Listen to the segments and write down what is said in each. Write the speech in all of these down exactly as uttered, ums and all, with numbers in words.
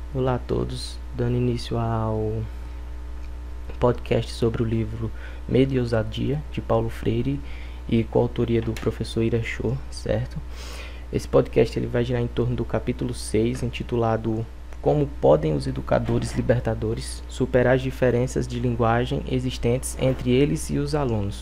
Olá a todos, dando início ao podcast sobre o livro Medo e Ousadia, de Paulo Freire e com a autoria do professor Irachô, certo? Esse podcast ele vai girar em torno do capítulo seis, intitulado Como podem os educadores libertadores superar as diferenças de linguagem existentes entre eles e os alunos.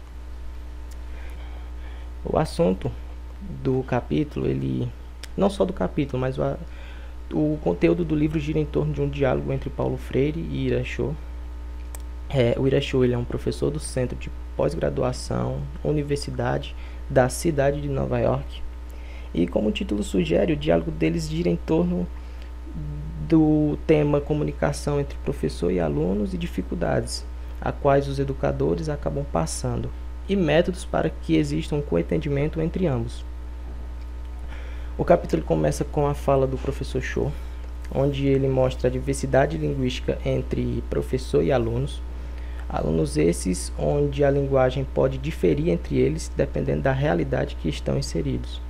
O assunto do capítulo, ele não só do capítulo, mas o O conteúdo do livro gira em torno de um diálogo entre Paulo Freire e Irachô. É, o Irachô ele é um professor do Centro de Pós-Graduação, Universidade da cidade de Nova York. E como o título sugere, o diálogo deles gira em torno do tema comunicação entre professor e alunos e dificuldades, a quais os educadores acabam passando, e métodos para que exista um coentendimento entre ambos. O capítulo começa com a fala do professor Cho, onde ele mostra a diversidade linguística entre professor e alunos. Alunos esses onde a linguagem pode diferir entre eles dependendo da realidade que estão inseridos.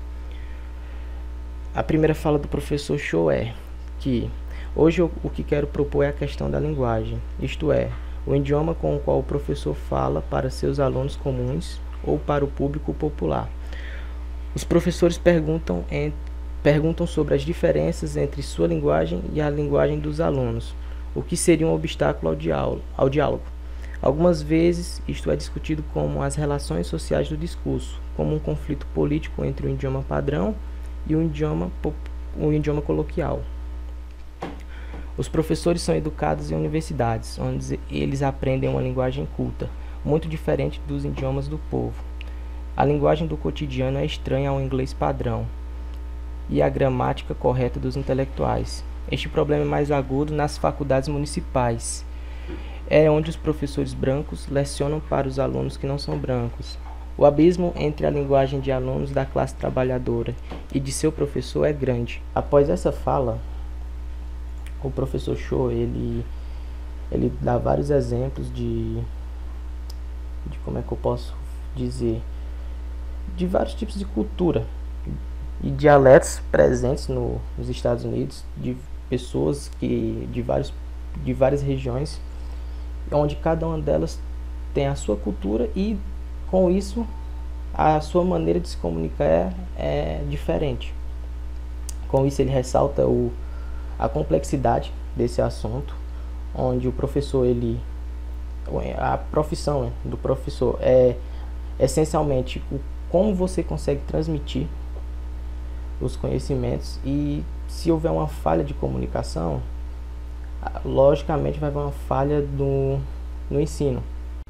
A primeira fala do professor Cho é que hoje eu, o que quero propor é a questão da linguagem, isto é, o idioma com o qual o professor fala para seus alunos comuns ou para o público popular. Os professores perguntam, em, perguntam sobre as diferenças entre sua linguagem e a linguagem dos alunos, o que seria um obstáculo ao diálogo. Ao diálogo. Algumas vezes, isto é discutido como as relações sociais do discurso, como um conflito político entre o idioma padrão e o idioma, o idioma coloquial. Os professores são educados em universidades, onde eles aprendem uma linguagem culta, muito diferente dos idiomas do povo. A linguagem do cotidiano é estranha ao inglês padrão e à gramática correta dos intelectuais. Este problema é mais agudo nas faculdades municipais. É onde os professores brancos lecionam para os alunos que não são brancos. O abismo entre a linguagem de alunos da classe trabalhadora e de seu professor é grande. Após essa fala, o professor Cho, ele, ele dá vários exemplos de, de como é que eu posso dizer, de vários tipos de cultura e dialetos presentes no, nos Estados Unidos, de pessoas que de, vários, de várias regiões, onde cada uma delas tem a sua cultura e, com isso, a sua maneira de se comunicar é, é diferente. Com isso, ele ressalta o, a complexidade desse assunto, onde o professor, ele, a profissão do professor é essencialmente o como você consegue transmitir os conhecimentos, e se houver uma falha de comunicação, logicamente vai haver uma falha no, no ensino.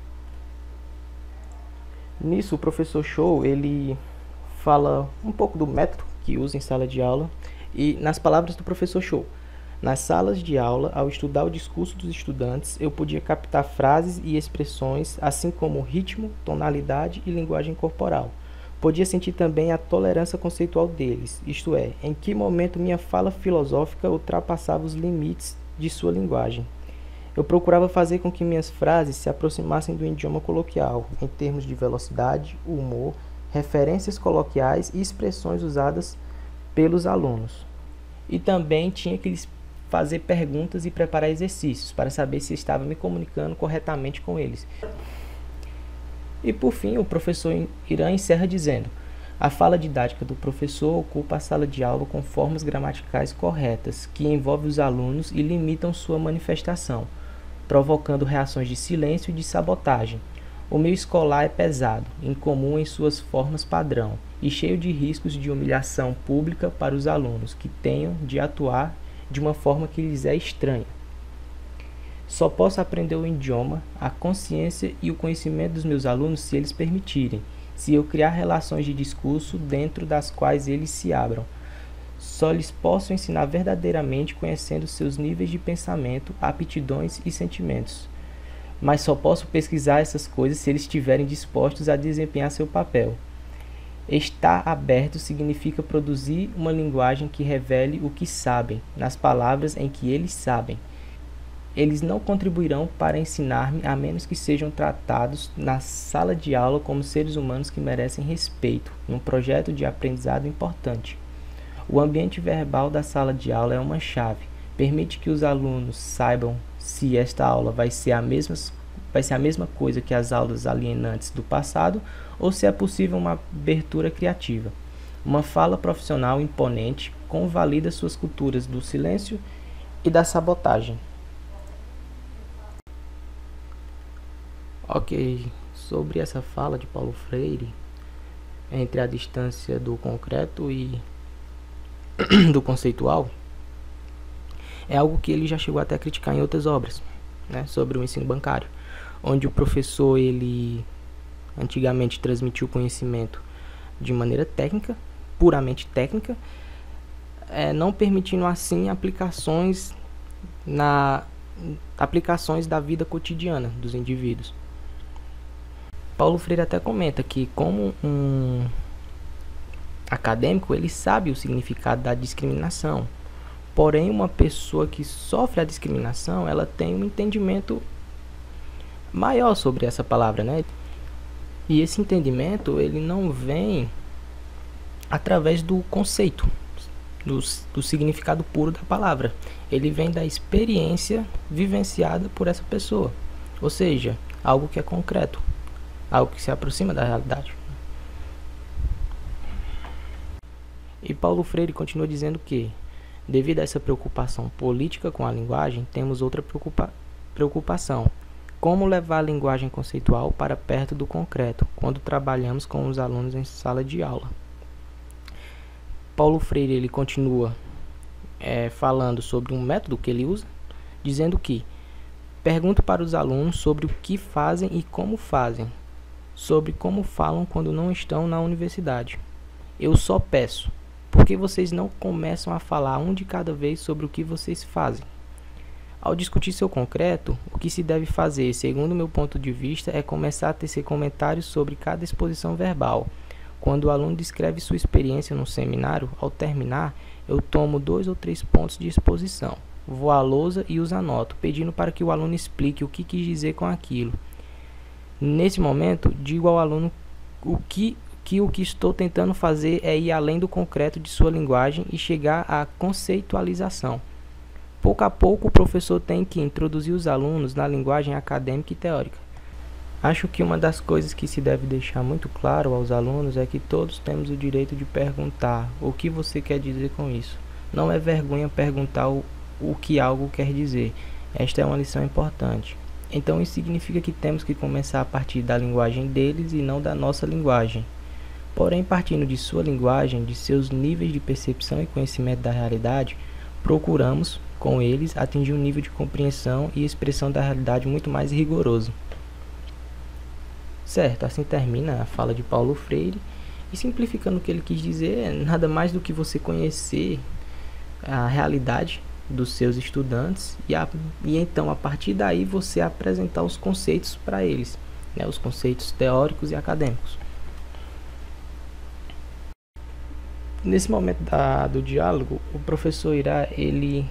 Nisso, o professor Cho, ele fala um pouco do método que usa em sala de aula, e nas palavras do professor Cho: nas salas de aula, ao estudar o discurso dos estudantes, eu podia captar frases e expressões, assim como ritmo, tonalidade e linguagem corporal. Podia sentir também a tolerância conceitual deles, isto é, em que momento minha fala filosófica ultrapassava os limites de sua linguagem. Eu procurava fazer com que minhas frases se aproximassem do idioma coloquial, em termos de velocidade, humor, referências coloquiais e expressões usadas pelos alunos. E também tinha que lhes fazer perguntas e preparar exercícios para saber se estava me comunicando corretamente com eles. E por fim, o professor Irã encerra dizendo: a fala didática do professor ocupa a sala de aula com formas gramaticais corretas, que envolvem os alunos e limitam sua manifestação, provocando reações de silêncio e de sabotagem. O meio escolar é pesado, incomum em suas formas padrão, e cheio de riscos de humilhação pública para os alunos que tenham de atuar de uma forma que lhes é estranha. Só posso aprender o idioma, a consciência e o conhecimento dos meus alunos se eles permitirem, se eu criar relações de discurso dentro das quais eles se abram. Só lhes posso ensinar verdadeiramente conhecendo seus níveis de pensamento, aptidões e sentimentos. Mas só posso pesquisar essas coisas se eles estiverem dispostos a desempenhar seu papel. Estar aberto significa produzir uma linguagem que revele o que sabem, nas palavras em que eles sabem. Eles não contribuirão para ensinar-me a menos que sejam tratados na sala de aula como seres humanos que merecem respeito, num projeto de aprendizado importante. O ambiente verbal da sala de aula é uma chave, permite que os alunos saibam se esta aula vai ser a mesma, vai ser a mesma coisa que as aulas alienantes do passado ou se é possível uma abertura criativa. Uma fala profissional imponente convalida suas culturas do silêncio e da sabotagem. Ok, sobre essa fala de Paulo Freire, entre a distância do concreto e do conceitual, é algo que ele já chegou até a criticar em outras obras, né, sobre o ensino bancário, onde o professor, ele antigamente transmitiu conhecimento de maneira técnica, puramente técnica, é, não permitindo assim aplicações, na, aplicações da vida cotidiana dos indivíduos. Paulo Freire até comenta que, como um acadêmico, ele sabe o significado da discriminação. Porém, uma pessoa que sofre a discriminação, ela tem um entendimento maior sobre essa palavra, né? E esse entendimento, ele não vem através do conceito, do, do significado puro da palavra. Ele vem da experiência vivenciada por essa pessoa. Ou seja, algo que é concreto, algo que se aproxima da realidade. E Paulo Freire continua dizendo que, devido a essa preocupação política com a linguagem, temos outra preocupa preocupação. Como levar a linguagem conceitual para perto do concreto, quando trabalhamos com os alunos em sala de aula. Paulo Freire ele continua é, falando sobre um método que ele usa, dizendo que pergunto para os alunos sobre o que fazem e como fazem, sobre como falam quando não estão na universidade. Eu só peço, por que vocês não começam a falar um de cada vez sobre o que vocês fazem? Ao discutir seu concreto, o que se deve fazer, segundo meu ponto de vista, é começar a tecer comentários sobre cada exposição verbal. Quando o aluno descreve sua experiência no seminário, ao terminar, eu tomo dois ou três pontos de exposição. Vou à lousa e os anoto, pedindo para que o aluno explique o que quis dizer com aquilo. Nesse momento, digo ao aluno o que, que o que estou tentando fazer é ir além do concreto de sua linguagem e chegar à conceitualização. Pouco a pouco, o professor tem que introduzir os alunos na linguagem acadêmica e teórica. Acho que uma das coisas que se deve deixar muito claro aos alunos é que todos temos o direito de perguntar o que você quer dizer com isso. Não é vergonha perguntar o, o que algo quer dizer. Esta é uma lição importante. Então isso significa que temos que começar a partir da linguagem deles e não da nossa linguagem. Porém, partindo de sua linguagem, de seus níveis de percepção e conhecimento da realidade, procuramos, com eles, atingir um nível de compreensão e expressão da realidade muito mais rigoroso. Certo, assim termina a fala de Paulo Freire, e simplificando o que ele quis dizer, é nada mais do que você conhecer a realidade dos seus estudantes e, a, e então a partir daí você apresentar os conceitos para eles, né, os conceitos teóricos e acadêmicos. Nesse momento da, do diálogo, o professor irá, ele,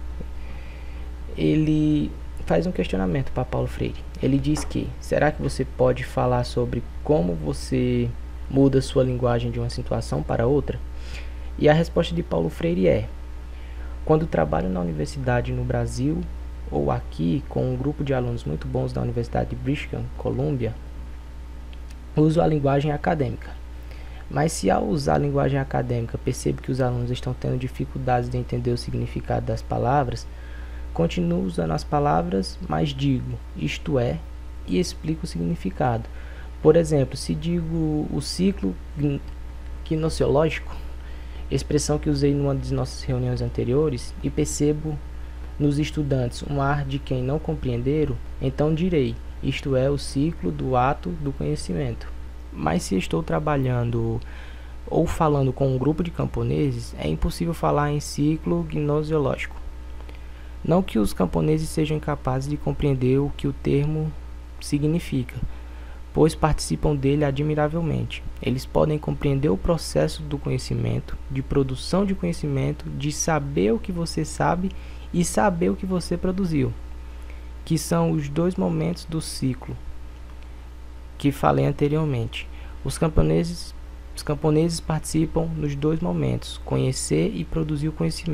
ele faz um questionamento para Paulo Freire. Ele diz que, será que você pode falar sobre como você muda sua linguagem de uma situação para outra? E a resposta de Paulo Freire é: quando trabalho na universidade no Brasil ou aqui com um grupo de alunos muito bons da Universidade de British Columbia, uso a linguagem acadêmica. Mas se ao usar a linguagem acadêmica percebo que os alunos estão tendo dificuldades de entender o significado das palavras, continuo usando as palavras, mas digo, isto é, e explico o significado. Por exemplo, se digo o ciclo gnoseológico, expressão que usei numa das nossas reuniões anteriores, e percebo nos estudantes um ar de quem não compreenderam, então direi, isto é, o ciclo do ato do conhecimento. Mas se estou trabalhando ou falando com um grupo de camponeses, é impossível falar em ciclo gnoseológico. Não que os camponeses sejam incapazes de compreender o que o termo significa, pois participam dele admiravelmente. Eles podem compreender o processo do conhecimento, de produção de conhecimento, de saber o que você sabe e saber o que você produziu, que são os dois momentos do ciclo que falei anteriormente. Os camponeses, os camponeses participam nos dois momentos, conhecer e produzir o conhecimento.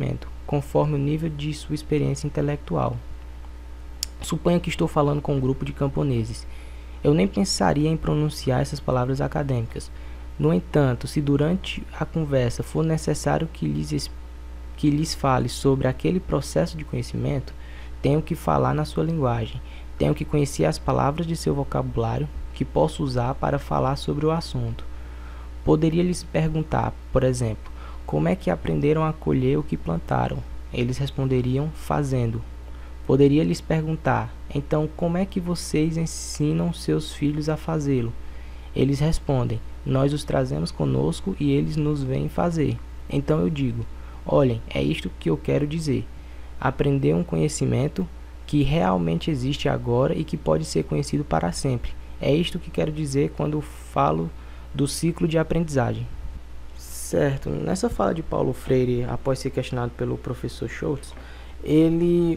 conforme o nível de sua experiência intelectual. Suponha que estou falando com um grupo de camponeses. Eu nem pensaria em pronunciar essas palavras acadêmicas. No entanto, se durante a conversa for necessário que lhes, que lhes fale sobre aquele processo de conhecimento, tenho que falar na sua linguagem. Tenho que conhecer as palavras de seu vocabulário que posso usar para falar sobre o assunto. Poderia lhes perguntar, por exemplo, como é que aprenderam a colher o que plantaram? Eles responderiam, fazendo. Poderia lhes perguntar, então como é que vocês ensinam seus filhos a fazê-lo? Eles respondem, nós os trazemos conosco e eles nos veem fazer. Então eu digo, olhem, é isto que eu quero dizer. Aprender um conhecimento que realmente existe agora e que pode ser conhecido para sempre. É isto que quero dizer quando falo do ciclo de aprendizagem. Certo, nessa fala de Paulo Freire, após ser questionado pelo professor Schultz, ele,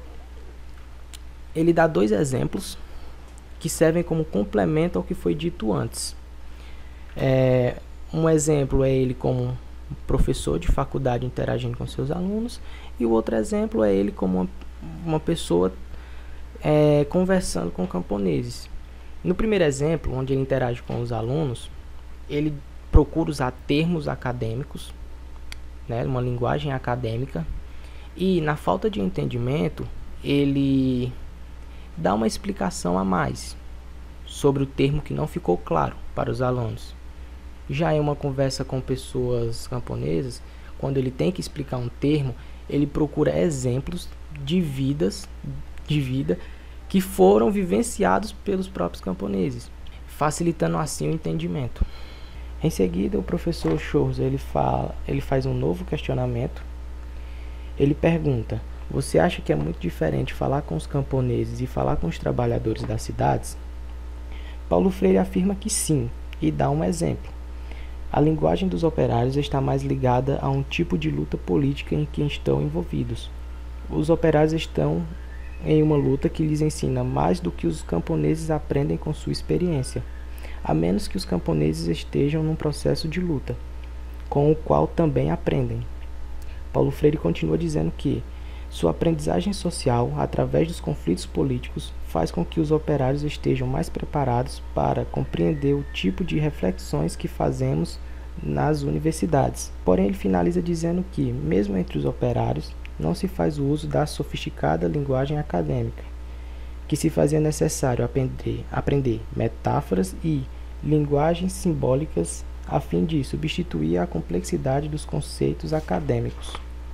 ele dá dois exemplos que servem como complemento ao que foi dito antes. É, um exemplo é ele como professor de faculdade interagindo com seus alunos, e o outro exemplo é ele como uma, uma pessoa é, conversando com camponeses. No primeiro exemplo, onde ele interage com os alunos, ele procura usar termos acadêmicos, né, uma linguagem acadêmica, e na falta de entendimento, ele dá uma explicação a mais sobre o termo que não ficou claro para os alunos. Já em uma conversa com pessoas camponesas, quando ele tem que explicar um termo, ele procura exemplos de vidas, de vida que foram vivenciados pelos próprios camponeses, facilitando assim o entendimento. Em seguida, o professor Schultz ele fala, ele faz um novo questionamento. Ele pergunta: você acha que é muito diferente falar com os camponeses e falar com os trabalhadores das cidades? Paulo Freire afirma que sim, e dá um exemplo. A linguagem dos operários está mais ligada a um tipo de luta política em que estão envolvidos. Os operários estão em uma luta que lhes ensina mais do que os camponeses aprendem com sua experiência, a menos que os camponeses estejam num processo de luta, com o qual também aprendem. Paulo Freire continua dizendo que sua aprendizagem social, através dos conflitos políticos, faz com que os operários estejam mais preparados para compreender o tipo de reflexões que fazemos nas universidades. Porém, ele finaliza dizendo que, mesmo entre os operários, não se faz o uso da sofisticada linguagem acadêmica, que se fazia necessário aprender, aprender metáforas e linguagens simbólicas a fim de substituir a complexidade dos conceitos acadêmicos.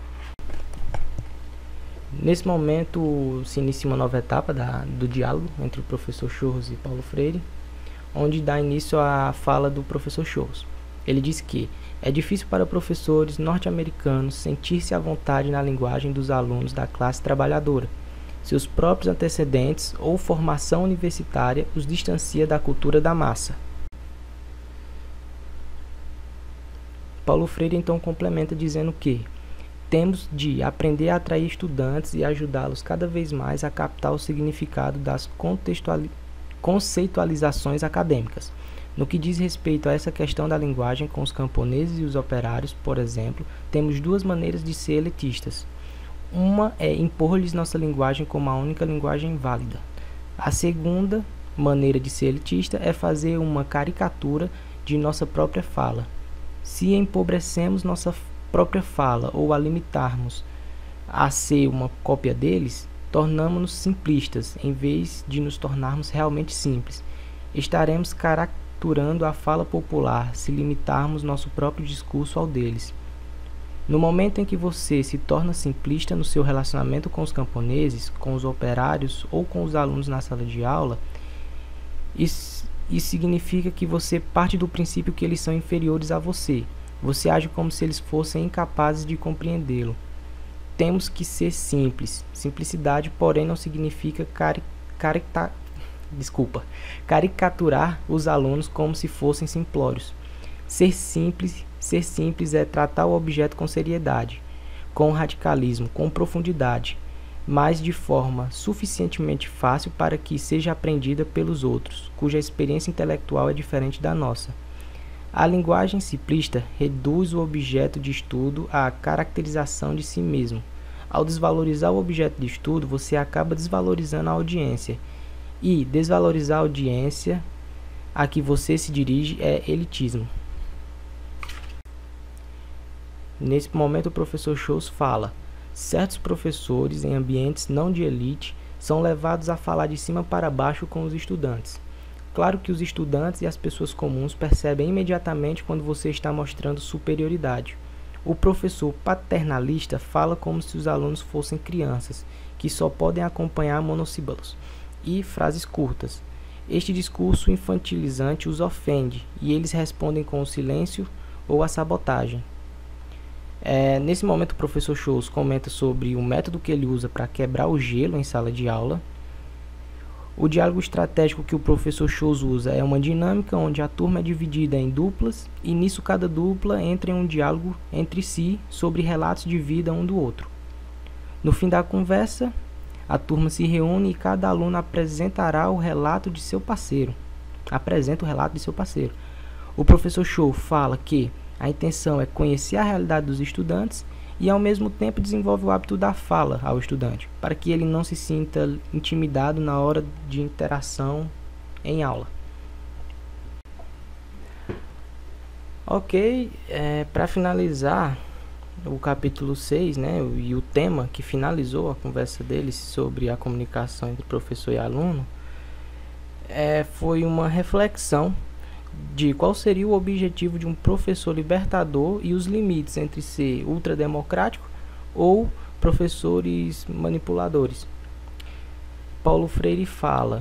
Nesse momento se inicia uma nova etapa da, do diálogo entre o professor Schultz e Paulo Freire, onde dá início à fala do professor Schultz. Ele diz que é difícil para professores norte-americanos sentir-se à vontade na linguagem dos alunos da classe trabalhadora. Seus próprios antecedentes ou formação universitária os distancia da cultura da massa. Paulo Freire então complementa dizendo que temos de aprender a atrair estudantes e ajudá-los cada vez mais a captar o significado das conceitualizações acadêmicas. No que diz respeito a essa questão da linguagem com os camponeses e os operários, por exemplo, temos duas maneiras de ser elitistas. Uma é impor-lhes nossa linguagem como a única linguagem válida. A segunda maneira de ser elitista é fazer uma caricatura de nossa própria fala. Se empobrecemos nossa própria fala ou a limitarmos a ser uma cópia deles, tornamos-nos simplistas, em vez de nos tornarmos realmente simples. Estaremos caricaturando a fala popular se limitarmos nosso próprio discurso ao deles. No momento em que você se torna simplista no seu relacionamento com os camponeses, com os operários ou com os alunos na sala de aula, isso, isso significa que você parte do princípio que eles são inferiores a você. Você age como se eles fossem incapazes de compreendê-lo. Temos que ser simples. Simplicidade, porém, não significa cari carita desculpa, caricaturar os alunos como se fossem simplórios. Ser simples, ser simples é tratar o objeto com seriedade, com radicalismo, com profundidade, mas de forma suficientemente fácil para que seja aprendida pelos outros, cuja experiência intelectual é diferente da nossa. A linguagem simplista reduz o objeto de estudo à caracterização de si mesmo. Ao desvalorizar o objeto de estudo, você acaba desvalorizando a audiência. E desvalorizar a audiência a que você se dirige é elitismo. Nesse momento, o professor Scholes fala: certos professores em ambientes não de elite são levados a falar de cima para baixo com os estudantes. Claro que os estudantes e as pessoas comuns percebem imediatamente quando você está mostrando superioridade. O professor paternalista fala como se os alunos fossem crianças, que só podem acompanhar monossílabos e frases curtas. Este discurso infantilizante os ofende, e eles respondem com o silêncio ou a sabotagem. É, nesse momento, o professor Scholes comenta sobre o método que ele usa para quebrar o gelo em sala de aula. O diálogo estratégico que o professor Scholes usa é uma dinâmica onde a turma é dividida em duplas e nisso cada dupla entra em um diálogo entre si sobre relatos de vida um do outro. No fim da conversa, a turma se reúne e cada aluno apresentará o relato de seu parceiro. Apresenta o relato de seu parceiro. O professor Scholes fala que a intenção é conhecer a realidade dos estudantes e, ao mesmo tempo, desenvolve o hábito da fala ao estudante, para que ele não se sinta intimidado na hora de interação em aula. Ok, é, para finalizar o capítulo seis, né, e o tema que finalizou a conversa deles sobre a comunicação entre professor e aluno, é, foi uma reflexão de qual seria o objetivo de um professor libertador e os limites entre ser ultrademocrático ou professores manipuladores. Paulo Freire fala: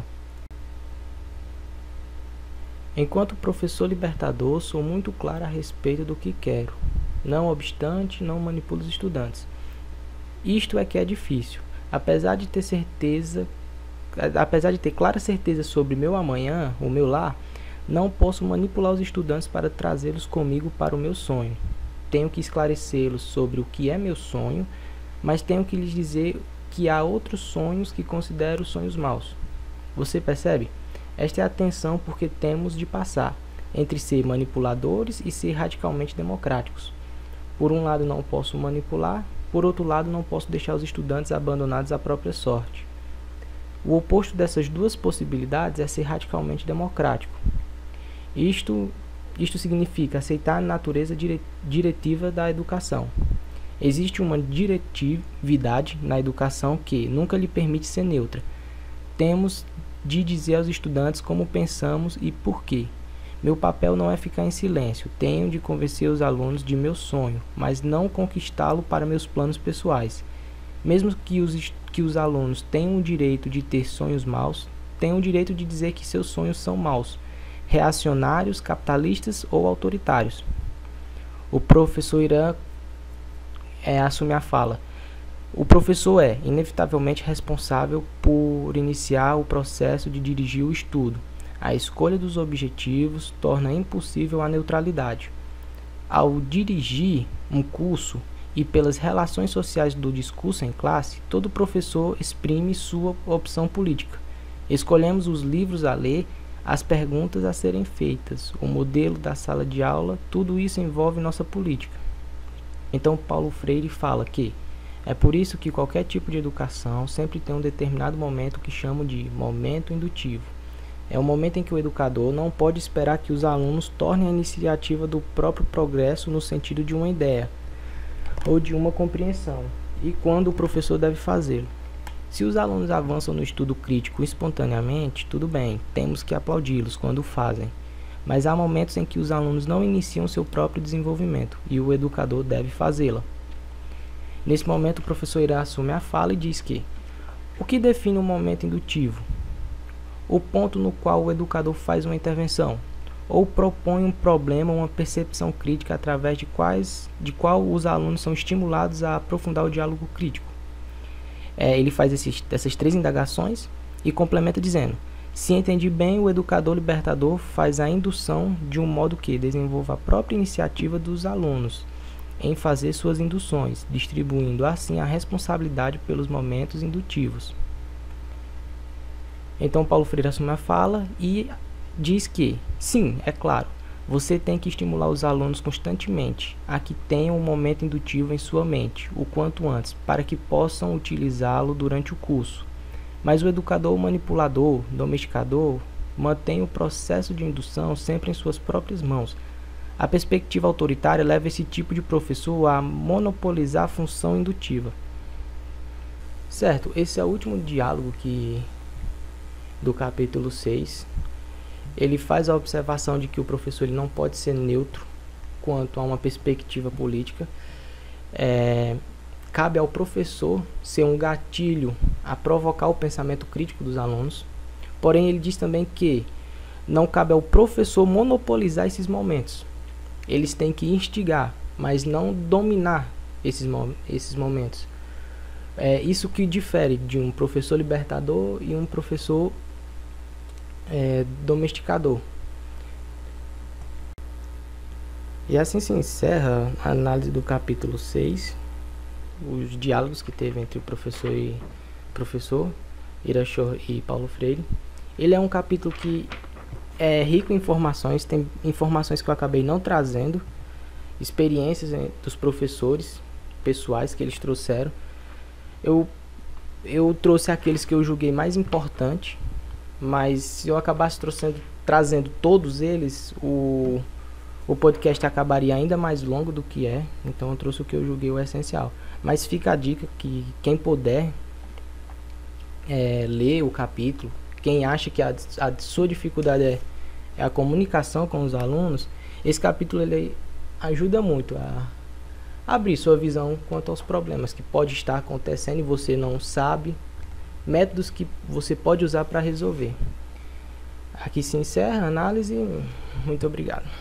enquanto professor libertador, sou muito claro a respeito do que quero. Não obstante, não manipulo os estudantes. Isto é que é difícil. Apesar de ter certeza, apesar de ter clara certeza sobre meu amanhã, o meu lar, não posso manipular os estudantes para trazê-los comigo para o meu sonho. Tenho que esclarecê-los sobre o que é meu sonho, mas tenho que lhes dizer que há outros sonhos que considero sonhos maus. Você percebe? Esta é a tensão porque temos de passar entre ser manipuladores e ser radicalmente democráticos. Por um lado não posso manipular, por outro lado não posso deixar os estudantes abandonados à própria sorte. O oposto dessas duas possibilidades é ser radicalmente democrático. Isto, isto significa aceitar a natureza dire, diretiva da educação. Existe uma diretividade na educação que nunca lhe permite ser neutra. Temos de dizer aos estudantes como pensamos e por quê. Meu papel não é ficar em silêncio. Tenho de convencer os alunos de meu sonho, mas não conquistá-lo para meus planos pessoais. Mesmo que os, que os alunos tenham o direito de ter sonhos maus, tenham o direito de dizer que seus sonhos são maus, reacionários, capitalistas ou autoritários. O professor irá é, assumir a fala. O professor é, inevitavelmente, responsável por iniciar o processo de dirigir o estudo. A escolha dos objetivos torna impossível a neutralidade. Ao dirigir um curso e pelas relações sociais do discurso em classe, todo professor exprime sua opção política. Escolhemos os livros a ler, as perguntas a serem feitas, o modelo da sala de aula, tudo isso envolve nossa política. Então Paulo Freire fala que é por isso que qualquer tipo de educação sempre tem um determinado momento que chamam de momento indutivo. É o momento em que o educador não pode esperar que os alunos tornem a iniciativa do próprio progresso no sentido de uma ideia ou de uma compreensão, e quando o professor deve fazê-lo. Se os alunos avançam no estudo crítico espontaneamente, tudo bem, temos que aplaudi-los quando o fazem. Mas há momentos em que os alunos não iniciam seu próprio desenvolvimento, e o educador deve fazê-la. Nesse momento, o professor irá assumir a fala e diz que o que define um momento indutivo? O ponto no qual o educador faz uma intervenção, ou propõe um problema ou uma percepção crítica através de, quais, de qual os alunos são estimulados a aprofundar o diálogo crítico. É, ele faz esses, essas três indagações e complementa dizendo: se entendi bem, o educador libertador faz a indução de um modo que desenvolva a própria iniciativa dos alunos em fazer suas induções, distribuindo assim a responsabilidade pelos momentos indutivos. Então Paulo Freire assume a fala e diz que, sim, é claro, Você tem que estimular os alunos constantemente a que tenham um momento indutivo em sua mente, o quanto antes, para que possam utilizá-lo durante o curso. Mas o educador manipulador, domesticador, mantém o processo de indução sempre em suas próprias mãos. A perspectiva autoritária leva esse tipo de professor a monopolizar a função indutiva. Certo, esse é o último diálogo que, do capítulo seis. Ele faz a observação de que o professor ele não pode ser neutro quanto a uma perspectiva política. É, cabe ao professor ser um gatilho a provocar o pensamento crítico dos alunos. Porém, ele diz também que não cabe ao professor monopolizar esses momentos. Eles têm que instigar, mas não dominar esses, esses momentos. É isso que difere de um professor libertador e um professor é, domesticador. E assim se encerra a análise do capítulo seis, os diálogos que teve entre o professor e professor, Irachor e Paulo Freire. Ele é um capítulo que é rico em informações, tem informações que eu acabei não trazendo, experiências dos professores pessoais que eles trouxeram. Eu, eu trouxe aqueles que eu julguei mais importante, mas se eu acabasse trouxendo, trazendo todos eles, o, o podcast acabaria ainda mais longo do que é. Então eu trouxe o que eu julguei o essencial. Mas fica a dica que quem puder é, ler o capítulo, quem acha que a, a sua dificuldade é, é a comunicação com os alunos, esse capítulo ele ajuda muito a abrir sua visão quanto aos problemas que pode estar acontecendo e você não sabe, métodos que você pode usar para resolver. Aqui se encerra a análise. Muito obrigado.